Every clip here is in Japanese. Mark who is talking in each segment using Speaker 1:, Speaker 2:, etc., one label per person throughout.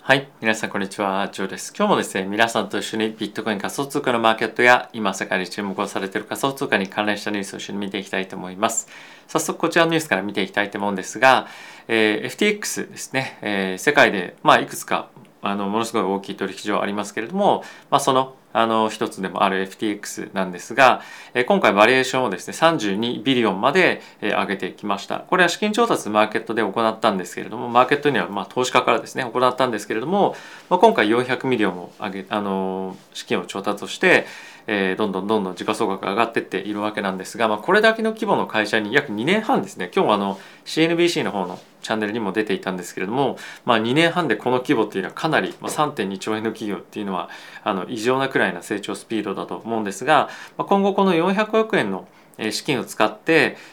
Speaker 1: はい、皆さんこんにちは、ジョーです。今日もですね、皆さんと一緒にビットコイン仮想通貨のマーケットや今世界で注目をされている仮想通貨に関連したニュースを一緒に見ていきたいと思います。早速こちらのニュースから見ていきたいと思うんですが、FTX ですね、世界でいくつかものすごい大きい取引所ありますけれども、その一つでもある FTX なんですが、今回バリエーションをですね32ビリオンまで上げてきました。これは資金調達マーケットで行ったんですけれども、マーケットには投資家からですね行ったんですけれども、今回400ミリオンを資金を調達をして、どんどん時価総額が上がっていっているわけなんですが、これだけの規模の会社に約2年半ですね、今日はCNBC の方のチャンネルにも出ていたんですけれども、2年半でこの規模っていうのはかなり、3.2 兆円の企業っていうのは異常なくらいな成長スピードだと思うんですが、今後この400億円の資金を使って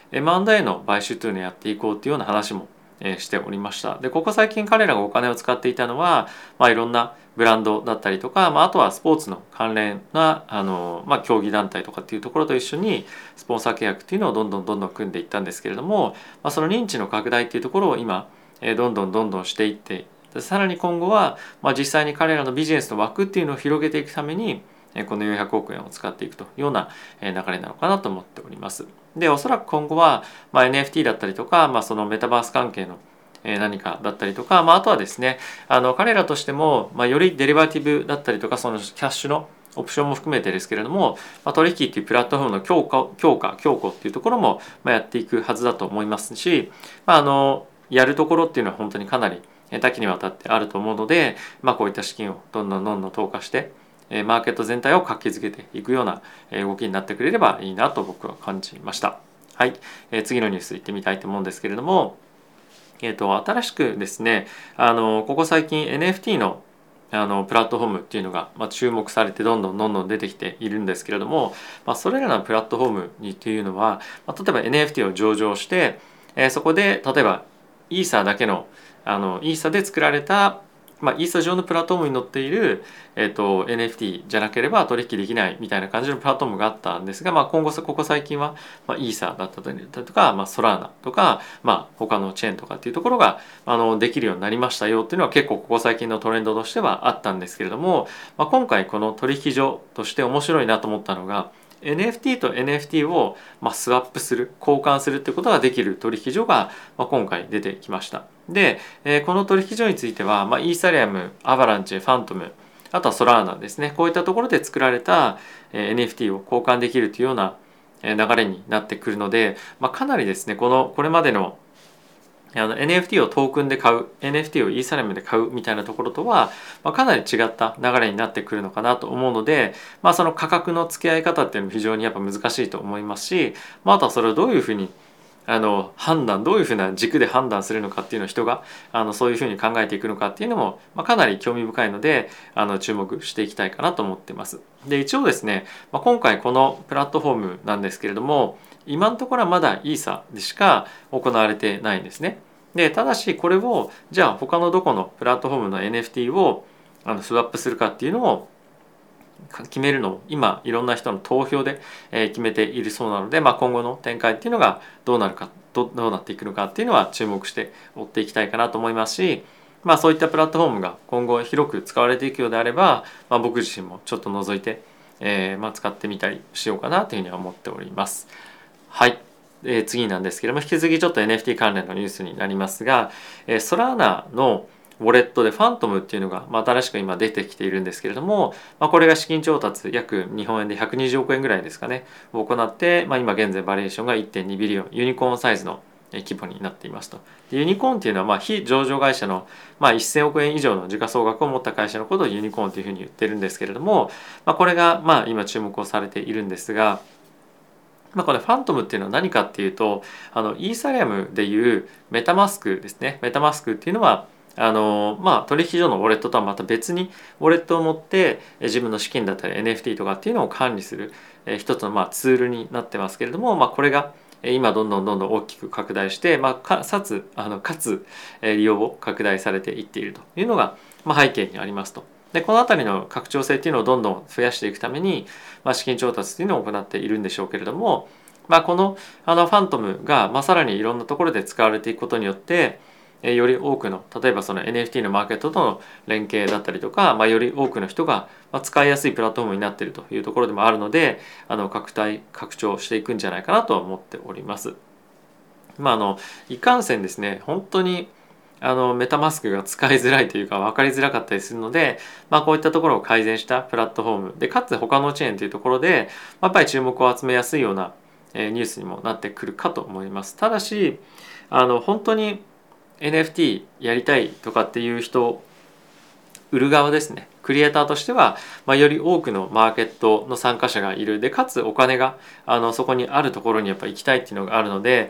Speaker 1: M&A の買収というのをやっていこうというような話もしておりました。でここ最近彼らがお金を使っていたのは、いろんなブランドだったりとか、あとはスポーツの関連な競技団体とかっていうところと一緒にスポンサー契約っていうのをどんどん組んでいったんですけれども、その認知の拡大っていうところを今どんどんしていって、さらに今後は実際に彼らのビジネスの枠っていうのを広げていくためにこの400億円を使っていくというような流れなのかなと思っております。でおそらく今後はNFT だったりとか、そのメタバース関係の何かだったりとか、あとはですね彼らとしても、よりデリバティブだったりとかそのキャッシュのオプションも含めてですけれども、取引っていうプラットフォームの強固っていうところもやっていくはずだと思いますし、やるところっていうのは本当にかなり多岐にわたってあると思うので、こういった資金をどんどん投下してマーケット全体を活気づけていくような動きになってくれればいいなと僕は感じました。はい、次のニュースいってみたいと思うんですけれども、新しくですねここ最近 NFT のプラットフォームっていうのが注目されてどんどん出てきているんですけれども、それらのプラットフォームにっていうのは、例えば NFT を上場して、そこで例えばイーサだけのイーサで作られたイーサ上のプラットフォームに載っている、NFT じゃなければ取引できないみたいな感じのプラットフォームがあったんですが、今後ここ最近は、イーサだったりとか、ソラーナとか、他のチェーンとかっていうところができるようになりましたよっていうのは結構ここ最近のトレンドとしてはあったんですけれども、今回この取引所として面白いなと思ったのが、NFT と NFT をスワップする交換するってことができる取引所が今回出てきました。でこの取引所についてはイーサリアム、アバランチ、ファントム、あとはソラーナですね、こういったところで作られた NFT を交換できるというような流れになってくるので、かなりですねこれまでのNFT をトークンで買う NFT をイーサリアムで買うみたいなところとは、かなり違った流れになってくるのかなと思うので、その価格の付き合い方っていうのも非常にやっぱ難しいと思いますし、あとはそれをどういうふうにどういうふうな軸で判断するのかっていうのを人がそういうふうに考えていくのかっていうのも、かなり興味深いので注目していきたいかなと思っています。で一応ですね、今回このプラットフォームなんですけれども、今のところはまだイーサでしか行われてないんですね。でただしこれをじゃあ他のどこのプラットフォームの NFT をスワップするかっていうのを決めるのを今いろんな人の投票で決めているそうなので、今後の展開っていうのがどうなるかどうなっていくのかっていうのは注目して追っていきたいかなと思いますし、そういったプラットフォームが今後広く使われていくようであれば、僕自身もちょっと覗いて、使ってみたりしようかなというふうには思っております。はい、次なんですけども、引き続きちょっと NFT 関連のニュースになりますが、ソラーナのウォレットでファントムっていうのが新しく今出てきているんですけれども、これが資金調達約日本円で120億円ぐらいですかねを行って、今現在バリエーションが 1.2 ビリオンユニコーンサイズの規模になっていますと。でユニコーンっていうのは非上場会社の1000億円以上の時価総額を持った会社のことをユニコーンというふうに言ってるんですけれども、これが今注目をされているんですが、これファントムっていうのは何かっていうと、イーサリアムでいうメタマスクですね。メタマスクっていうのは取引所のウォレットとはまた別にウォレットを持って自分の資金だったり NFT とかっていうのを管理する一つのツールになってますけれども、これが今どんどん大きく拡大して、かつ利用を拡大されていっているというのが背景にありますと。でこの辺りの拡張性っていうのをどんどん増やしていくために、資金調達っていうのを行っているんでしょうけれども、このファントムがさらにいろんなところで使われていくことによって、 より多くの例えばその NFT のマーケットとの連携だったりとか、より多くの人が使いやすいプラットフォームになっているというところでもあるので拡張していくんじゃないかなとは思っております。いかんせんですね本当にメタマスクが使いづらいというか分かりづらかったりするので、こういったところを改善したプラットフォームでかつ他のチェーンというところでやっぱり注目を集めやすいようなニュースにもなってくるかと思います。ただし本当に NFT やりたいとかっていう人売る側ですねクリエイターとしては、より多くのマーケットの参加者がいるでかつお金がそこにあるところにやっぱり行きたいっていうのがあるので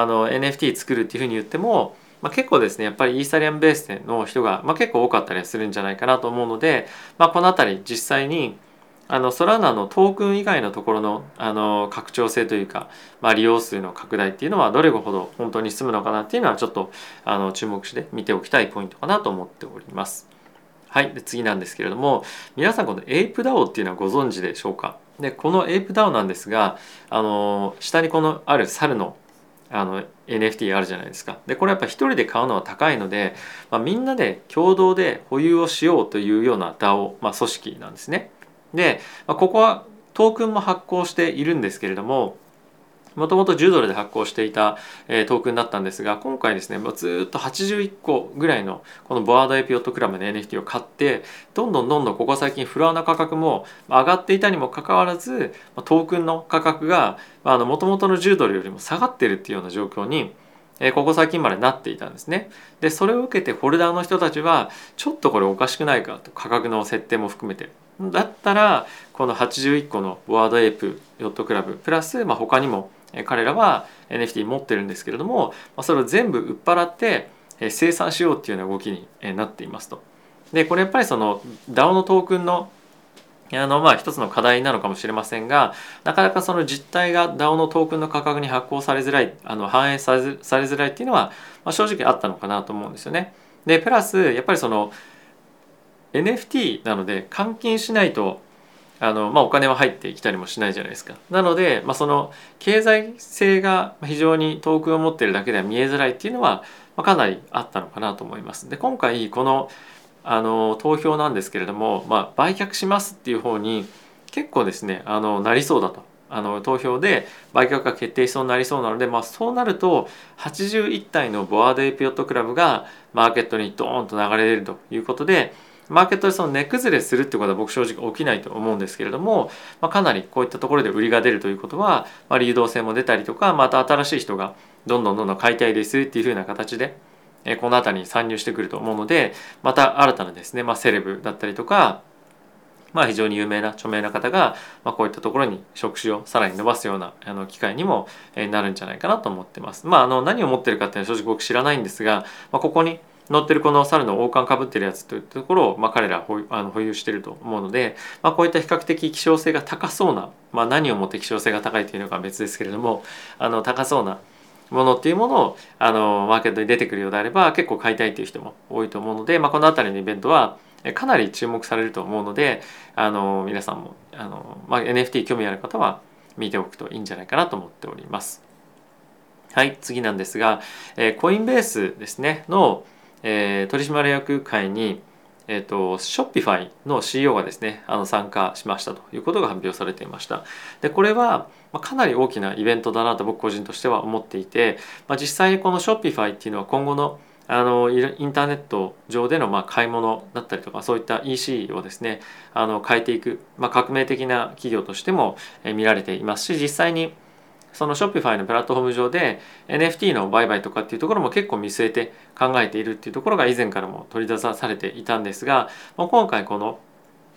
Speaker 1: NFT 作るっていうふうに言っても、結構ですねやっぱりイーサリアムベースの人が、結構多かったりするんじゃないかなと思うので、この辺り実際にソラーナのトークン以外のところの拡張性というか、利用数の拡大っていうのはどれほど本当に進むのかなっていうのはちょっと注目して見ておきたいポイントかなと思っております。はい、で次なんですけれども皆さんこの ApeDAO っていうのはご存知でしょうか。でこの ApeDAO なんですが下にこのある猿のNFT あるじゃないですか。でこれやっぱ一人で買うのは高いので、みんなで共同で保有をしようというような DAO、組織なんですね。で、ここはトークンも発行しているんですけれどももともと10ドルで発行していたトークンだったんですが今回ですねずっと81個ぐらいのこのボワードエピオットクラブの NFT を買ってどんどんここ最近フロアの価格も上がっていたにもかかわらずトークンの価格がもともとの10ドルよりも下がってるっていうような状況にここ最近までなっていたんですね。でそれを受けてホルダーの人たちはちょっとこれおかしくないかと価格の設定も含めてだったらこの81個のボワードエイプヨットクラブプラス他にも彼らは NFT 持ってるんですけれどもそれを全部売っ払って生産しようっていうような動きになっていますと。でこれやっぱりその DAO のトークンの一つの課題なのかもしれませんがなかなかその実態が DAO のトークンの価格に発行されづらい反映されづらいっていうのは、正直あったのかなと思うんですよね。でプラスやっぱりその NFT なので換金しないとお金は入ってきたりもしないじゃないですか。なので、その経済性が非常にトークンを持っているだけでは見えづらいっていうのは、かなりあったのかなと思います。で今回この投票なんですけれども、売却しますっていう方に結構ですねなりそうだと投票で売却が決定しそうになりそうなので、そうなると81体のボワードエピオットクラブがマーケットにドーンと流れるということでマーケットでその値崩れするってことは僕正直起きないと思うんですけれども、かなりこういったところで売りが出るということは、流動性も出たりとかまた新しい人がどんどん買いたいですっていう風な形でこの辺りに参入してくると思うのでまた新たなですね、セレブだったりとか非常に有名な著名な方が、こういったところに職種をさらに伸ばすような機会にもなるんじゃないかなと思ってます。何を持ってるかっていうのは正直僕知らないんですが、ここに載ってるこの猿の王冠かぶってるやつというところを、彼らは保有していると思うので、こういった比較的希少性が高そうな、何をもって希少性が高いというのかは別ですけれども高そうなものっていうものをマーケットに出てくるようであれば結構買いたいという人も多いと思うので、この辺りのイベントはかなり注目されると思うので皆さんもNFT 興味ある方は見ておくといいんじゃないかなと思っております。はい、次なんですがコインベースですねの取締役会にショッピファイの CEO がですね参加しましたということが発表されていました。でこれはかなり大きなイベントだなと僕個人としては思っていて、実際にこのショッピファイっていうのは今後のインターネット上での買い物だったりとかそういった EC をですね変えていく、革命的な企業としても見られていますし実際にその Shopify のプラットフォーム上で NFT の売買とかっていうところも結構見据えて考えているっていうところが以前からも取り出されていたんですが今回この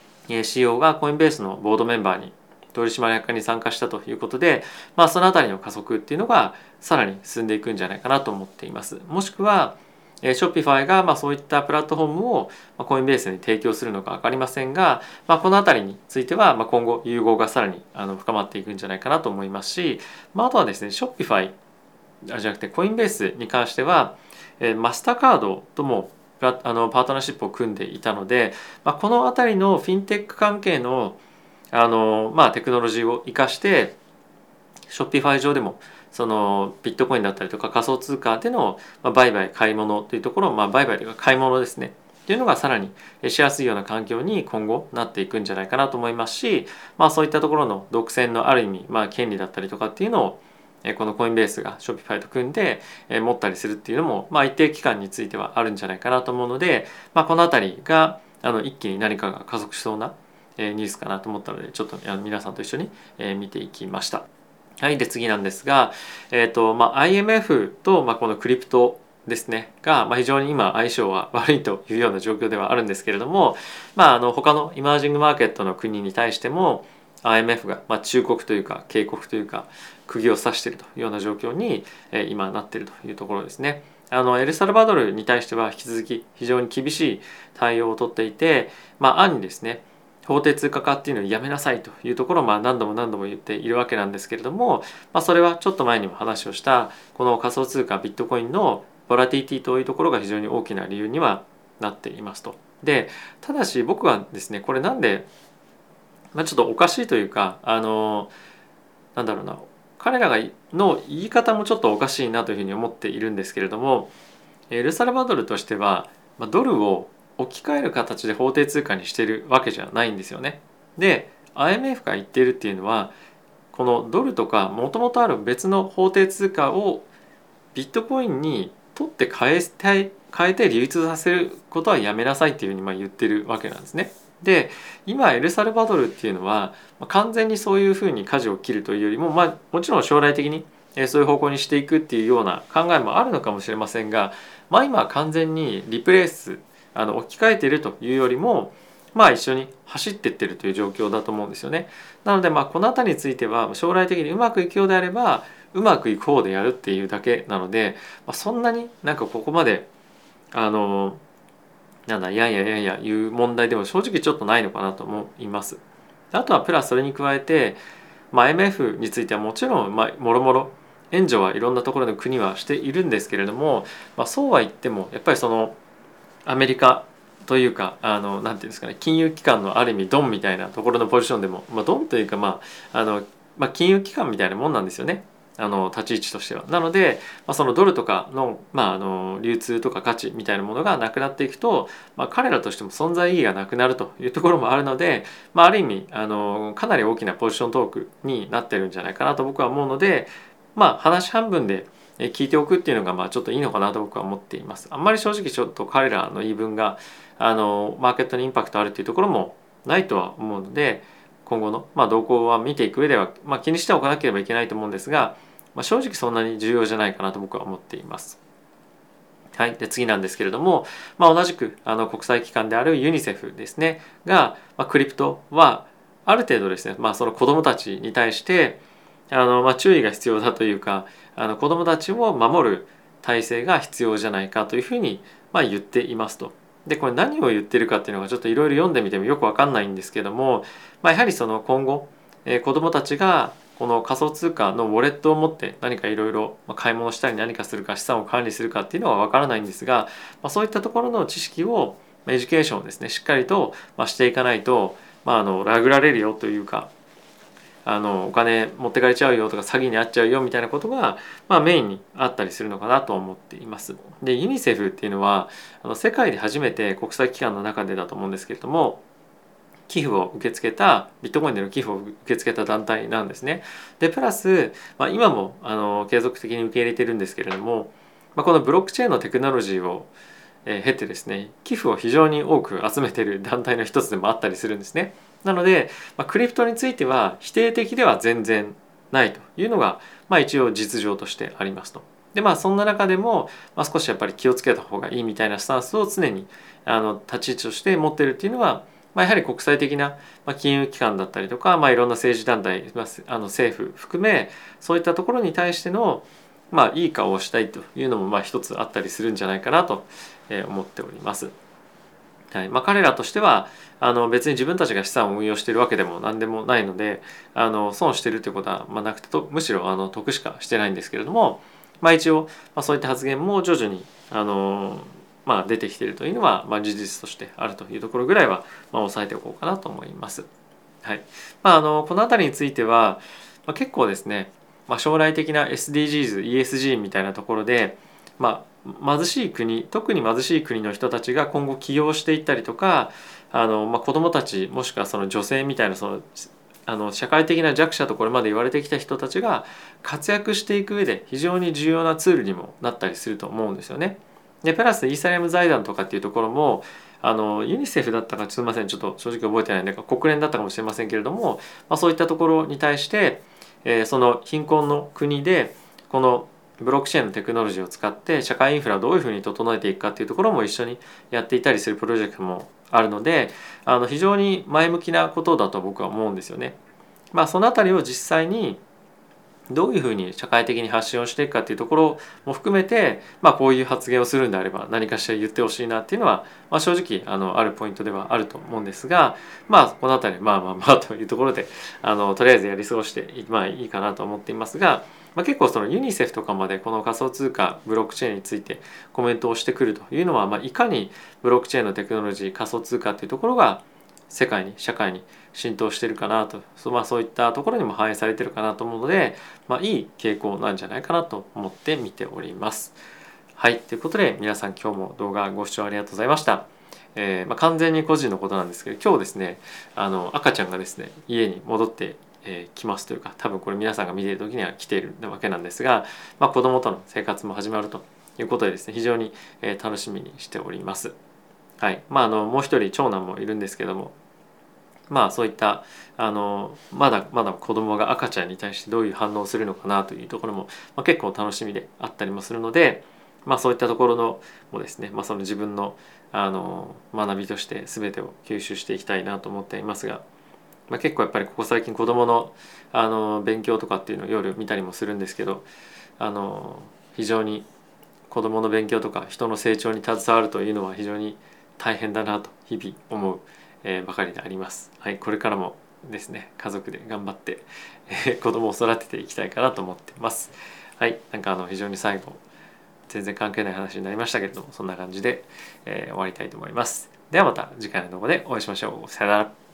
Speaker 1: CEO がコインベースのボードメンバーに取締役に参加したということで、そのあたりの加速っていうのがさらに進んでいくんじゃないかなと思っています。もしくはShopify がそういったプラットフォームをコインベースに提供するのか分かりませんが、このあたりについては今後融合がさらに深まっていくんじゃないかなと思いますし、あとはですね Shopify じゃなくてコインベースに関してはマスターカードともパートナーシップを組んでいたので、このあたりのフィンテック関係のテクノロジーを生かして Shopify 上でもそのビットコインだったりとか仮想通貨での売買買い物というところ、売買というか買い物ですねっていうのがさらにしやすいような環境に今後なっていくんじゃないかなと思いますし、そういったところの独占のある意味、権利だったりとかっていうのをこのコインベースが Shopify と組んで持ったりするっていうのも一定期間についてはあるんじゃないかなと思うので、この辺りが一気に何かが加速しそうなニュースかなと思ったのでちょっと皆さんと一緒に見ていきました。はい、で次なんですが、IMF とこのクリプトですねが、非常に今相性は悪いというような状況ではあるんですけれども、他のイマージングマーケットの国に対しても IMF が忠告というか警告というか釘を刺しているというような状況に今なっているというところですね。エルサルバドルに対しては引き続き非常に厳しい対応をとっていて、暗にですね法定通貨化っていうのをやめなさいというところを何度も何度も言っているわけなんですけれども、それはちょっと前にも話をしたこの仮想通貨ビットコインのボラティティというところが非常に大きな理由にはなっていますと。でただし僕はですねこれなんで、ちょっとおかしいというかなんだろうな彼らの言い方もちょっとおかしいなというふうに思っているんですけれども、エルサルバドルとしてはドルを置き換える形で法定通貨にしているわけじゃないんですよね。で IMF が言っているっていうのはこのドルとかもともとある別の法定通貨をビットコインに取って変えて流通させることはやめなさいっていうふうに言ってるわけなんですね。で今エルサルバドルっていうのは完全にそういうふうに舵を切るというよりも、もちろん将来的にそういう方向にしていくっていうような考えもあるのかもしれませんが、今は完全にリプレイス置き換えているというよりも一緒に走っていってるという状況だと思うんですよね。なのでこの辺りについては将来的にうまくいくようであればうまくいく方でやるっていうだけなので、そんなにここまでいやいう問題でも正直ちょっとないのかなと思います。あとはプラスそれに加えて、IMF についてはもちろんもろもろ援助はいろんなところの国はしているんですけれども、そうは言ってもやっぱりそのアメリカというかなんていうんですかね金融機関のある意味ドンみたいなところのポジションでも、ドンというか金融機関みたいなもんなんですよね。立ち位置としては。なので、そのドルとかの、流通とか価値みたいなものがなくなっていくと、彼らとしても存在意義がなくなるというところもあるので、ある意味かなり大きなポジショントークになってるんじゃないかなと僕は思うので、話半分で聞いておくっていうのがちょっといいのかなと僕は思っています。あんまり正直ちょっと彼らの言い分がマーケットにインパクトあるっていうところもないとは思うので、今後の動向は見ていく上では気にしておかなければいけないと思うんですが、正直そんなに重要じゃないかなと僕は思っています。はい、で次なんですけれども、同じく国際機関であるユニセフですねが、クリプトはある程度ですね、その子どもたちに対して注意が必要だというか子どもたちを守る体制が必要じゃないかというふうに言っていますと。でこれ何を言ってるかっていうのがちょっといろいろ読んでみてもよく分かんないんですけども、やはりその今後子どもたちがこの仮想通貨のウォレットを持って何かいろいろ買い物したり何かするか資産を管理するかっていうのは分からないんですが、そういったところの知識をエデュケーションをですねしっかりとしていかないと、ラグられるよというかお金持ってかれちゃうよとか詐欺に遭っちゃうよみたいなことが、メインにあったりするのかなと思っています。でユニセフっていうのは世界で初めて国際機関の中でだと思うんですけれども寄付を受け付けたビットコインでの寄付を受け付けた団体なんですね。でプラス、今も継続的に受け入れてるんですけれども、このブロックチェーンのテクノロジーを経てですね寄付を非常に多く集めている団体の一つでもあったりするんですね。なので、クリプトについては否定的では全然ないというのが、一応実情としてありますと。でそんな中でも、少しやっぱり気をつけた方がいいみたいなスタンスを常に立ち位置として持っているっていうのは、やはり国際的な金融機関だったりとか、いろんな政治団体、政府含めそういったところに対してのいい顔をしたいというのも一つあったりするんじゃないかなと思っております。はい、彼らとしては別に自分たちが資産を運用しているわけでも何でもないので損しているということはなくてむしろ得しかしてないんですけれども、一応そういった発言も徐々に出てきているというのは事実としてあるというところぐらいは押さえておこうかなと思います。はい、この辺りについては結構ですね将来的な SDGs、ESG みたいなところで、貧しい国、特に貧しい国の人たちが今後起業していったりとか、子どもたちもしくはその女性みたいな社会的な弱者とこれまで言われてきた人たちが活躍していく上で非常に重要なツールにもなったりすると思うんですよね。でプラスイーサリアム財団とかっていうところもユニセフだったかすみませんちょっと正直覚えてないんで国連だったかもしれませんけれども、そういったところに対して、その貧困の国でこのブロックチェーンのテクノロジーを使って社会インフラをどういうふうに整えていくかっていうところも一緒にやっていたりするプロジェクトもあるので非常に前向きなことだと僕は思うんですよね。そのあたりを実際にどういうふうに社会的に発信をしていくかっていうところも含めて、こういう発言をするんであれば何かしら言ってほしいなっていうのは、正直あるポイントではあると思うんですが、このあたりというところでとりあえずやり過ごしていいかなと思っていますが、結構そのユニセフとかまでこの仮想通貨ブロックチェーンについてコメントをしてくるというのは、いかにブロックチェーンのテクノロジー仮想通貨っていうところが世界に社会に浸透してるかなと、そういったところにも反映されてるかなと思うので、いい傾向なんじゃないかなと思って見ております。はい、ということで皆さん今日も動画ご視聴ありがとうございました。完全に個人のことなんですけど今日ですね赤ちゃんがですね家に戻ってきますというか多分これ皆さんが見ている時には来ているわけなんですが、子供との生活も始まるということでですね非常に楽しみにしております。はい、もう一人長男もいるんですけどもそういったまだ子供が赤ちゃんに対してどういう反応をするのかなというところも、結構楽しみであったりもするので、そういったところのもですね、その自分の学びとして全てを吸収していきたいなと思っていますが、結構やっぱりここ最近子供の勉強とかっていうのを夜見たりもするんですけど非常に子供の勉強とか人の成長に携わるというのは非常に大変だなと日々思うばかりであります。はい、これからもですね家族で頑張って、子供を育てていきたいかなと思っています。はい、非常に最後全然関係ない話になりましたけれどもそんな感じで、終わりたいと思います。ではまた次回の動画でお会いしましょう。さよなら。